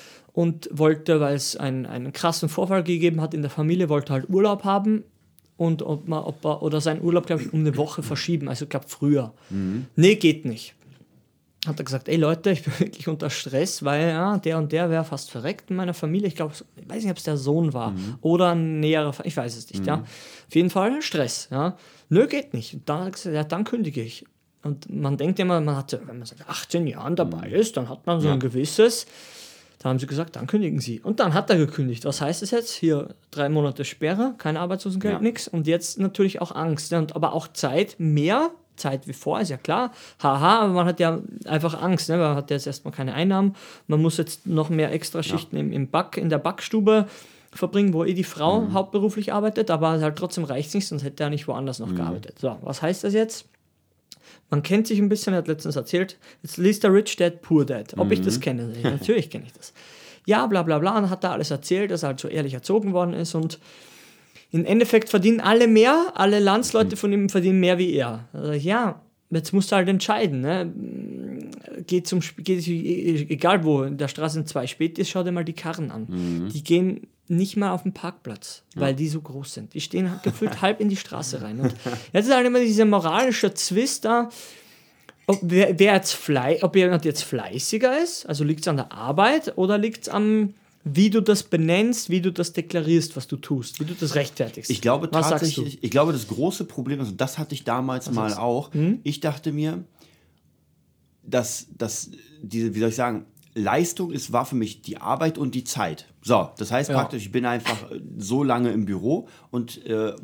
und wollte, weil es einen, einen krassen Vorfall gegeben hat in der Familie, wollte halt Urlaub haben und ob man, ob er, oder seinen Urlaub, glaube ich, um eine Woche verschieben, also ich glaube früher. Mhm. Nee, geht nicht. Hat er gesagt, ey Leute, ich bin wirklich unter Stress, weil ja, der und der wäre fast verreckt in meiner Familie. Ich glaube, ich weiß nicht, ob es der Sohn war Mhm. oder ein näherer, ich weiß es nicht, ja. Auf jeden Fall Stress, ja. Nö, geht nicht. Und dann hat er gesagt, ja, dann kündige ich. Und man denkt immer, man hat, wenn man seit achtzehn Jahren dabei ist, dann hat man so Ja. ein gewisses. Da haben sie gesagt, dann kündigen sie. Und dann hat er gekündigt. Was heißt es jetzt? Hier drei Monate Sperre, kein Arbeitslosengeld, Ja. nichts. Und jetzt natürlich auch Angst. Ja, und aber auch Zeit, mehr Zeit wie vor, ist ja klar. Haha, aber man hat ja einfach Angst. Ne? Man hat jetzt erstmal keine Einnahmen. Man muss jetzt noch mehr Extraschichten im, im Back, in der Backstube verbringen, wo eh die Frau Mhm. hauptberuflich arbeitet. Aber halt trotzdem reicht es nicht, sonst hätte er nicht woanders noch gearbeitet. So, was heißt das jetzt? man kennt sich ein bisschen, er hat letztens erzählt, jetzt liest er Rich Dad, Poor Dad. Ob mhm. ich das kenne? Ja, natürlich kenne ich das. Ja, bla bla bla, und hat da alles erzählt, dass er halt so ehrlich erzogen worden ist und im Endeffekt verdienen alle mehr, alle Landsleute von ihm verdienen mehr wie er. Also, ja, jetzt musst du halt entscheiden. Ne? Geht zum Sp- geht, egal wo, in der Straße sind zwei Spätis, schau dir mal die Karren an. Mhm. Die gehen nicht mal auf den Parkplatz, weil ja. die so groß sind. Die stehen gefühlt halb in die Straße rein. Und jetzt ist halt immer dieser moralische Zwist da, ob, wer, wer jetzt Fle- ob jemand jetzt fleißiger ist, also liegt es an der Arbeit oder liegt es am, wie du das benennst, wie du das deklarierst, was du tust, wie du das rechtfertigst. Ich glaube was tatsächlich, ich glaube, das große Problem ist, und das hatte ich damals was mal auch, hm? ich dachte mir, dass, dass diese, wie soll ich sagen, Leistung ist, war für mich die Arbeit und die Zeit. So, das heißt ja. praktisch, ich bin einfach so lange im Büro und äh,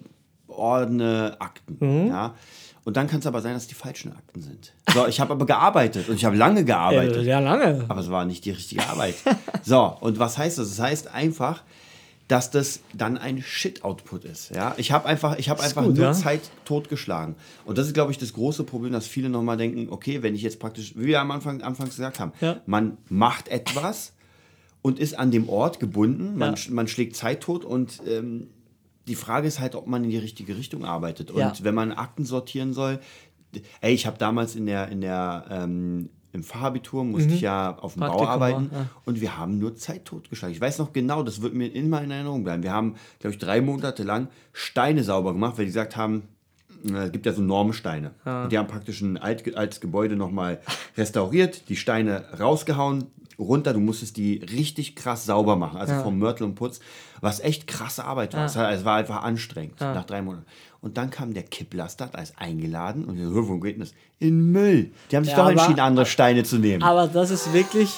ordne Akten. Mhm. Ja. Und dann kann es aber sein, dass die falschen Akten sind. So, ich habe aber gearbeitet und ich habe lange gearbeitet. Ja, sehr lange. Aber es war nicht die richtige Arbeit. So, und was heißt das? Das heißt einfach, dass das dann ein Shit-Output ist. Ja? Ich habe einfach, ich hab einfach gut, nur ja? Zeit totgeschlagen. Und das ist, glaube ich, das große Problem, dass viele nochmal denken, okay, wenn ich jetzt praktisch, wie wir am Anfang anfangs gesagt haben, ja. man macht etwas und ist an dem Ort gebunden, man, ja. man schlägt Zeit tot und ähm, die Frage ist halt, ob man in die richtige Richtung arbeitet. Und ja. wenn man Akten sortieren soll, ey, ich habe damals in der, in der ähm, im Fachabitur musste mhm. ich ja auf dem Praktikum Bau arbeiten ja. und wir haben nur Zeit totgeschlagen. Ich weiß noch genau, das wird mir immer in Erinnerung bleiben. Wir haben, glaube ich, drei Monate lang Steine sauber gemacht, weil die gesagt haben, äh, es gibt ja so Normsteine. Ja. Und die haben praktisch ein alt, altes Gebäude nochmal restauriert, die Steine rausgehauen, runter, du musstest die richtig krass sauber machen, also ja. vom Mörtel und Putz, was echt krasse Arbeit war. Ja. Es war einfach anstrengend, ja. nach drei Monaten. Und dann kam der Kipplaster, da ist eingeladen und wir wo geht das? In Müll. Die haben sich ja, doch entschieden, andere Steine zu nehmen. Aber das ist wirklich...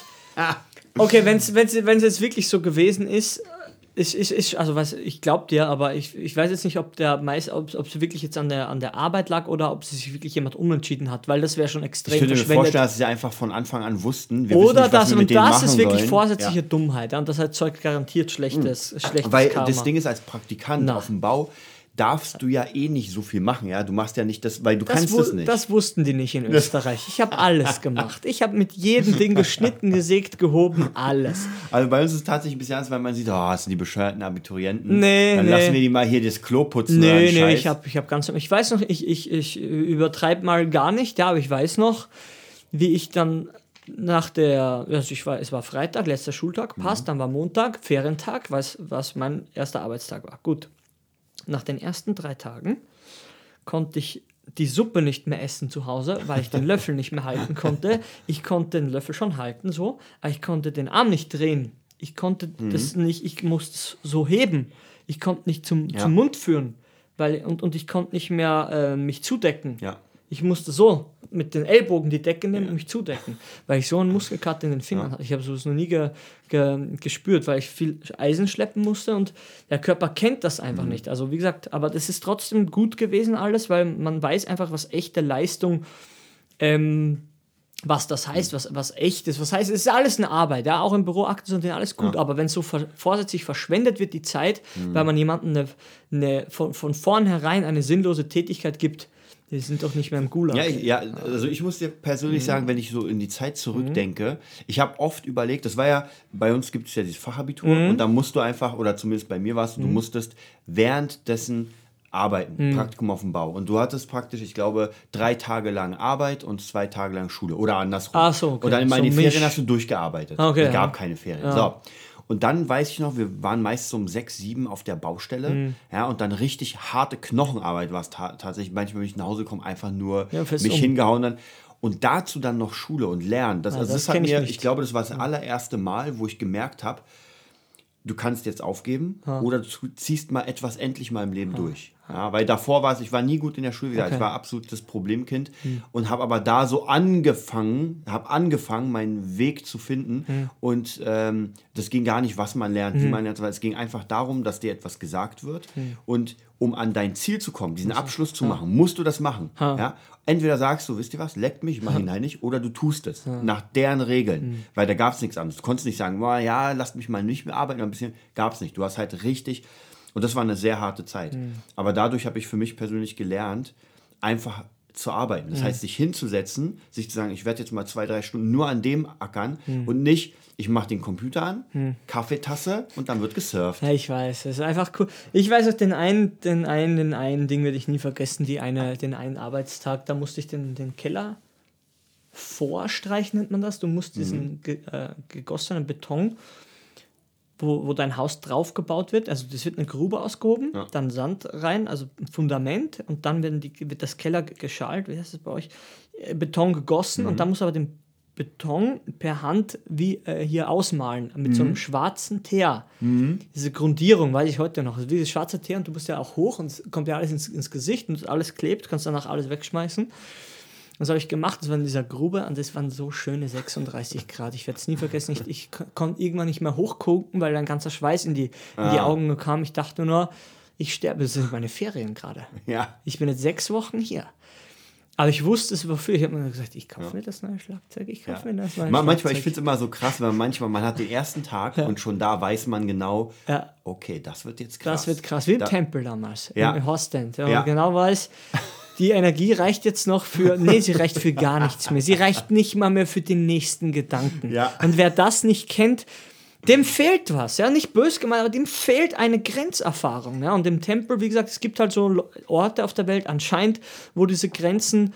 Okay, wenn es jetzt wirklich so gewesen ist, ist, ist, ist also was, ich glaube dir, aber ich, ich weiß jetzt nicht, ob der meist, ob es wirklich jetzt an der, an der Arbeit lag oder ob sich wirklich jemand umentschieden hat, weil das wäre schon extrem verschwendet. Ich könnte mir vorstellen, dass sie einfach von Anfang an wussten, wir oder wissen nicht, was das, wir mit und das ist wirklich sollen. vorsätzliche ja. Dummheit, ja, und das erzeugt garantiert schlechtes, mhm. schlechtes Weil Karma. Das Ding ist, als Praktikant Na. auf dem Bau darfst du ja eh nicht so viel machen, ja. Du machst ja nicht das, weil du das kannst es nicht. Das wussten die nicht in Österreich. Ich habe alles gemacht. Ich habe mit jedem Ding geschnitten, gesägt, gehoben, alles. Also bei uns ist es tatsächlich ein bisschen anders, weil man sieht, oh, das sind die bescheuerten Abiturienten. Nee, Dann nee. lassen wir die mal hier das Klo putzen. Nee, nee, Scheiß. ich habe ich hab ganz, ich weiß noch, ich, ich, ich übertreibe mal gar nicht, ja, aber ich weiß noch, wie ich dann nach der, also ich war, es war Freitag, letzter Schultag, passt, mhm. dann war Montag, Ferientag, was, was mein erster Arbeitstag war. Gut. Nach den ersten drei Tagen konnte ich die Suppe nicht mehr essen zu Hause, weil ich den Löffel nicht mehr halten konnte. Ich konnte den Löffel schon halten, so, aber ich konnte den Arm nicht drehen. Ich konnte mhm. das nicht, ich musste es so heben. Ich konnte nicht zum, ja. zum Mund führen, weil, und, und ich konnte nicht mehr äh, mich zudecken. Ja. Ich musste so mit den Ellbogen die Decke nehmen und mich zudecken, weil ich so einen Muskelkater in den Fingern ja. hatte. Ich habe sowas noch nie ge, ge, gespürt, weil ich viel Eisen schleppen musste und der Körper kennt das einfach mhm. nicht. Also wie gesagt, aber das ist trotzdem gut gewesen alles, weil man weiß einfach, was echte Leistung, ähm, was das heißt, was, was echt ist. Was heißt, es ist alles eine Arbeit, ja, auch im Büroakten sind alles gut, ja. aber wenn so ver- vorsätzlich verschwendet wird die Zeit, mhm. weil man jemandem eine, eine, von, von vornherein eine sinnlose Tätigkeit gibt, die sind doch nicht mehr im Gulag. Ja, ich, ja, also ich muss dir persönlich mhm. sagen, wenn ich so in die Zeit zurückdenke, mhm. ich habe oft überlegt, das war ja, bei uns gibt es ja dieses Fachabitur mhm. und da musst du einfach, oder zumindest bei mir war es, mhm. du musstest währenddessen arbeiten, mhm. Praktikum auf dem Bau. Und du hattest praktisch, ich glaube, drei Tage lang Arbeit und zwei Tage lang Schule oder andersrum. Ach so, okay. Und dann in meinen so Ferien mich. hast du durchgearbeitet. Okay, es gab ja. keine Ferien. Ja. So. Und dann weiß ich noch, wir waren meist um sechs, sieben auf der Baustelle. Mhm. Ja, und dann richtig harte Knochenarbeit war es ta- tatsächlich. Manchmal, wenn ich nach Hause komme, einfach nur ja, mich um. hingehauen. Dann. Und dazu dann noch Schule und Lernen. Das, ja, also das, das hat mir, ich, ich glaube, das war das allererste Mal, wo ich gemerkt habe, du kannst jetzt aufgeben ha. oder du ziehst mal etwas endlich mal im Leben ha. durch. Ja, weil davor war es, ich war nie gut in der Schule, okay. ich war absolutes Problemkind hm. und habe aber da so angefangen, habe angefangen, meinen Weg zu finden hm. und ähm, das ging gar nicht, was man lernt, hm. wie man lernt, weil es ging einfach darum, dass dir etwas gesagt wird hm. und um an dein Ziel zu kommen, diesen also, Abschluss zu ja. machen, musst du das machen. Ja? Entweder sagst du, wisst ihr was, leckt mich, mach ihn halt nicht, oder du tust es, ja. nach deren Regeln, hm. weil da gab es nichts anderes. Du konntest nicht sagen, oh, ja, lasst mich mal nicht mehr arbeiten, ein bisschen, gab es nicht. Du hast halt richtig, und das war eine sehr harte Zeit. Mhm. Aber dadurch habe ich für mich persönlich gelernt, einfach zu arbeiten. Das Mhm. heißt, sich hinzusetzen, sich zu sagen, ich werde jetzt mal zwei, drei Stunden nur an dem ackern mhm. und nicht, ich mache den Computer an, mhm. Kaffeetasse und dann wird gesurft. Ja, ich weiß, es ist einfach cool. Ich weiß auch, den einen, den einen, den einen Ding werde ich nie vergessen, die eine, den einen Arbeitstag, da musste ich den, den Keller vorstreichen, nennt man das. Du musst diesen mhm. ge, äh, gegossenen Beton, wo, wo dein Haus drauf gebaut wird, also das wird eine Grube ausgehoben, ja. dann Sand rein, also ein Fundament und dann werden die, wird das Keller geschalt, wie heißt das bei euch, Beton gegossen mhm. und dann muss aber den Beton per Hand wie äh, hier ausmalen, mit mhm. so einem schwarzen Teer. Mhm. Diese Grundierung, weiß ich heute noch, also dieses schwarze Teer und du musst ja auch hoch und es kommt ja alles ins, ins Gesicht und alles klebt, kannst danach alles wegschmeißen. Das habe ich gemacht, das war in dieser Grube und das waren so schöne sechsunddreißig Grad. Ich werde es nie vergessen. Ich, ich konnte irgendwann nicht mehr hochgucken, weil ein ganzer Schweiß in die, in die ah. Augen kam. Ich dachte nur, ich sterbe. Das sind meine Ferien gerade. Ja. Ich bin jetzt sechs Wochen hier. Aber ich wusste es wofür. Ich habe mir gesagt, ich kaufe ja. mir das neue Schlagzeug. Ich kaufe ja. mir das neue Man, Schlagzeug. Manchmal, ich finde es immer so krass, weil manchmal, man hat den ersten Tag ja. und schon da weiß man genau, ja. okay, das wird jetzt krass. Das wird krass. Wie im da, Tempel damals, ja. im Hostend. Ja, ja. genau weiß, die Energie reicht jetzt noch für, nee, sie reicht für gar nichts mehr. Sie reicht nicht mal mehr für den nächsten Gedanken. Ja. Und wer das nicht kennt, dem fehlt was. Ja, nicht böse gemeint, aber dem fehlt eine Grenzerfahrung. Ja, und im Tempel, wie gesagt, es gibt halt so Orte auf der Welt anscheinend, wo diese Grenzen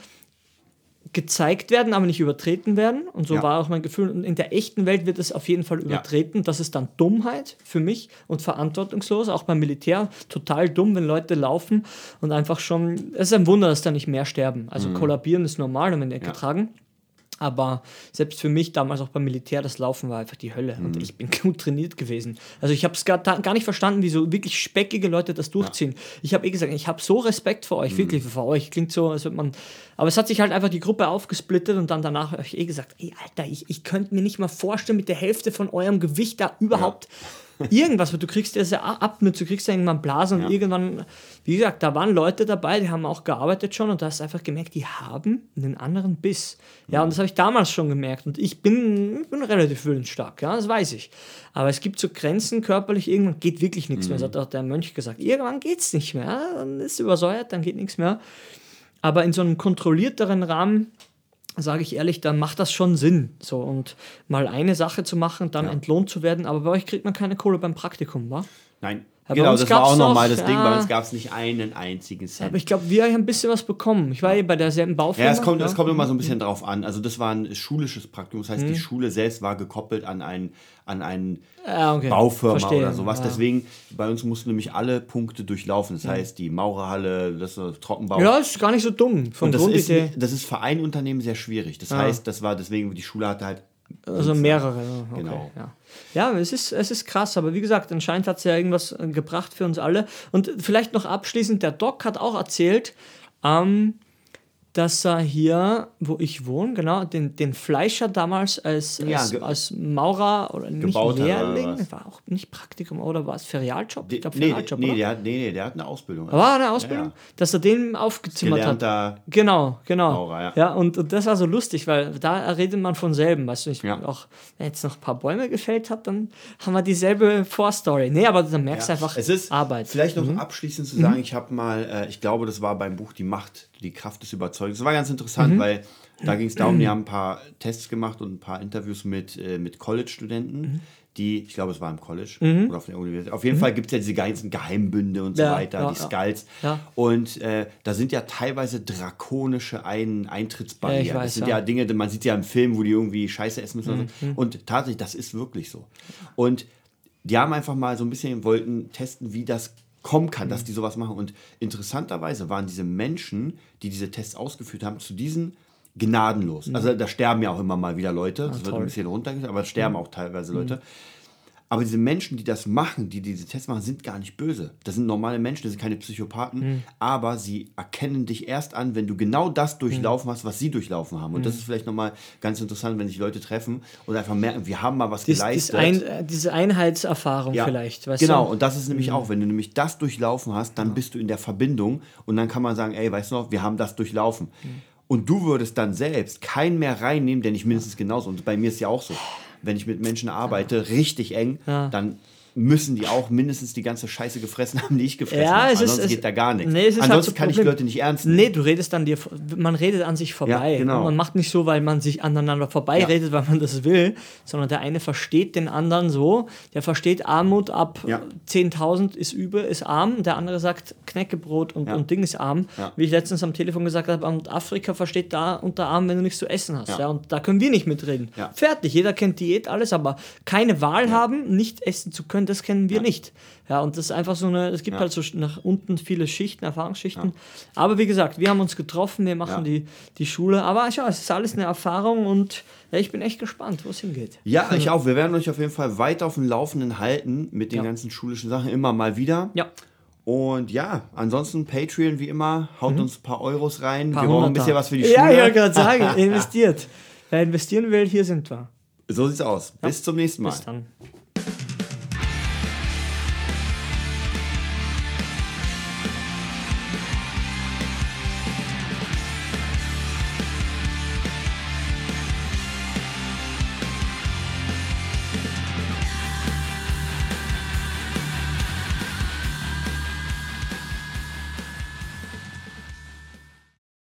gezeigt werden, aber nicht übertreten werden. Und so ja. war auch mein Gefühl. Und in der echten Welt wird es auf jeden Fall übertreten. Ja. Das ist dann Dummheit für mich und verantwortungslos. Auch beim Militär total dumm, wenn Leute laufen und einfach schon... Es ist ein Wunder, dass da nicht mehr sterben. Also mhm. kollabieren ist normal und in die Ecke ja. tragen. Aber selbst für mich damals auch beim Militär, das Laufen war einfach die Hölle. Mhm. Und ich bin gut trainiert gewesen. Also ich habe es gar, gar nicht verstanden, wie so wirklich speckige Leute das durchziehen. Ja. Ich habe eh gesagt, ich habe so Respekt vor euch, mhm. wirklich vor euch. Klingt so, als würde man... Aber es hat sich halt einfach die Gruppe aufgesplittet und dann danach habe ich eh gesagt, ey Alter, ich, ich könnte mir nicht mal vorstellen, mit der Hälfte von eurem Gewicht da überhaupt... Ja. Irgendwas, weil du kriegst ja Abnütze, du kriegst ja irgendwann Blasen und ja. irgendwann, wie gesagt, da waren Leute dabei, die haben auch gearbeitet schon und da hast du einfach gemerkt, die haben einen anderen Biss. Ja, und das habe ich damals schon gemerkt und ich bin, ich bin relativ willensstark, ja, das weiß ich. Aber es gibt so Grenzen körperlich, irgendwann geht wirklich nichts mhm. mehr, das hat auch der Mönch gesagt. Irgendwann geht es nicht mehr, dann ist es übersäuert, dann geht nichts mehr. Aber in so einem kontrollierteren Rahmen, sage ich ehrlich, dann macht das schon Sinn. So, und mal eine Sache zu machen, dann ja. entlohnt zu werden. Aber bei euch kriegt man keine Kohle beim Praktikum, wa? Nein. Ja, genau, das war auch nochmal das ja, Ding. Bei uns gab es nicht einen einzigen Cent. Aber ich glaube, wir haben ein bisschen was bekommen. Ich war ja bei derselben Baufirma. Ja, es kommt, ja. es kommt immer so ein bisschen drauf an. Also das war ein schulisches Praktikum. Das heißt, hm. die Schule selbst war gekoppelt an einen an einen ja, okay. Baufirma Verstehen. oder sowas. Ja. Deswegen, bei uns mussten nämlich alle Punkte durchlaufen. Das ja. heißt, die Maurerhalle, das Trockenbau. Ja, ist gar nicht so dumm. Von Und das ist, das ist für ein Unternehmen sehr schwierig. Das ja. heißt, das war deswegen, die Schule hatte halt also mehrere. Okay, genau. Ja, ja es, ist, es ist krass, aber wie gesagt, anscheinend hat es ja irgendwas gebracht für uns alle. Und vielleicht noch abschließend, der Doc hat auch erzählt, ähm, dass er hier, wo ich wohne, genau, den, den Fleischer damals als, ja, als, ge- als Maurer oder nicht gebaut Lehrling, hat, war auch nicht Praktikum, oder war es Ferialjob? De, ich glaube nee, Ferialjob, nee, oder? der hat, nee, nee, der hat eine Ausbildung. War eine Ausbildung? Ja, ja. Dass er den aufgezimmert Gelernter hat. Genau, genau. Maurer, ja. ja und, und das war so lustig, weil da redet man von selben, weißt du, ich ja. auch, wenn jetzt noch ein paar Bäume gefällt habe, dann haben wir dieselbe Vorstory. Nee, aber dann merkst du ja. einfach es ist Arbeit. Vielleicht noch mhm. abschließend zu sagen, mhm. ich habe mal, äh, ich glaube, das war beim Buch Die Macht, die Kraft des Überzeugens. Das war ganz interessant, mhm. weil da ging es darum, die haben ein paar Tests gemacht und ein paar Interviews mit, äh, mit College-Studenten, mhm. die, ich glaube, es war im College mhm. oder auf der Universität. Auf jeden mhm. Fall gibt es ja diese ganzen Geheimbünde und so ja, weiter, ja, die Skulls. Ja. Und äh, da sind ja teilweise drakonische Ein- Eintrittsbarrieren. Ja, ich weiß, das sind ja. ja Dinge, man sieht ja im Film, wo die irgendwie Scheiße essen müssen. Mhm. Und, so. Und tatsächlich, das ist wirklich so. Und die haben einfach mal so ein bisschen, wollten testen, wie das kommen kann, mhm. dass die sowas machen. Und interessanterweise waren diese Menschen, die diese Tests ausgeführt haben, zu diesen gnadenlos. Mhm. Also da sterben ja auch immer mal wieder Leute. Das ah, wird toll. Ein bisschen runtergehen, aber es sterben mhm. auch teilweise Leute. Mhm. Aber diese Menschen, die das machen, die diese Tests machen, sind gar nicht böse. Das sind normale Menschen, das sind keine Psychopathen. Mhm. Aber sie erkennen dich erst an, wenn du genau das durchlaufen hast, was sie durchlaufen haben. Und mhm. das ist vielleicht nochmal ganz interessant, wenn sich Leute treffen und einfach merken, wir haben mal was dies, geleistet. Dies ein, diese Einheitserfahrung ja. vielleicht. Weißt genau, du? Und das ist nämlich mhm. auch, wenn du nämlich das durchlaufen hast, dann ja. bist du in der Verbindung und dann kann man sagen, ey, weißt du noch, wir haben das durchlaufen. Mhm. Und du würdest dann selbst keinen mehr reinnehmen, der nicht mindestens genauso. Und bei mir ist ja auch so. Wenn ich mit Menschen arbeite, richtig eng, ja. dann müssen die auch mindestens die ganze Scheiße gefressen haben, die ich gefressen Ja, habe. es ist- Ansonsten es- geht da gar nichts. Nee, es ist halt Ansonsten so kann ich die Problem. Leute nicht ernst nehmen. Nee, du redest an dir, man redet an sich vorbei. Ja, genau. Und man macht nicht so, weil man sich aneinander vorbei Ja. redet, weil man das will, sondern der eine versteht den anderen so, der versteht Armut ab Ja. zehntausend ist über, ist arm, der andere sagt Knäckebrot und, Ja. und Ding ist arm. Ja. Wie ich letztens am Telefon gesagt habe, und Afrika versteht da unter arm, wenn du nichts zu essen hast. Ja. Ja. Und da können wir nicht mitreden. Ja. Fertig, jeder kennt Diät, alles, aber keine Wahl haben, nicht essen zu können, das kennen wir Ja. nicht. Ja, und das ist einfach so eine, es gibt Ja. halt so nach unten viele Schichten, Erfahrungsschichten. Aber wie gesagt, wir haben uns getroffen, wir machen Ja. die, die Schule. Aber schau, es ist alles eine Erfahrung und ja, ich bin echt gespannt, wo es hingeht. Ja, ich auch. Wir werden euch auf jeden Fall weiter auf dem Laufenden halten mit den Ja. ganzen schulischen Sachen immer mal wieder. Ja, Und ja, ansonsten Patreon wie immer, haut uns ein paar Euros rein. paar wir brauchen ein Hunderter. bisschen was für die Schule. Ja, ich wollte gerade sagen, investiert. Wer investieren will, hier sind wir. So sieht's aus. Bis zum nächsten Mal. Bis dann.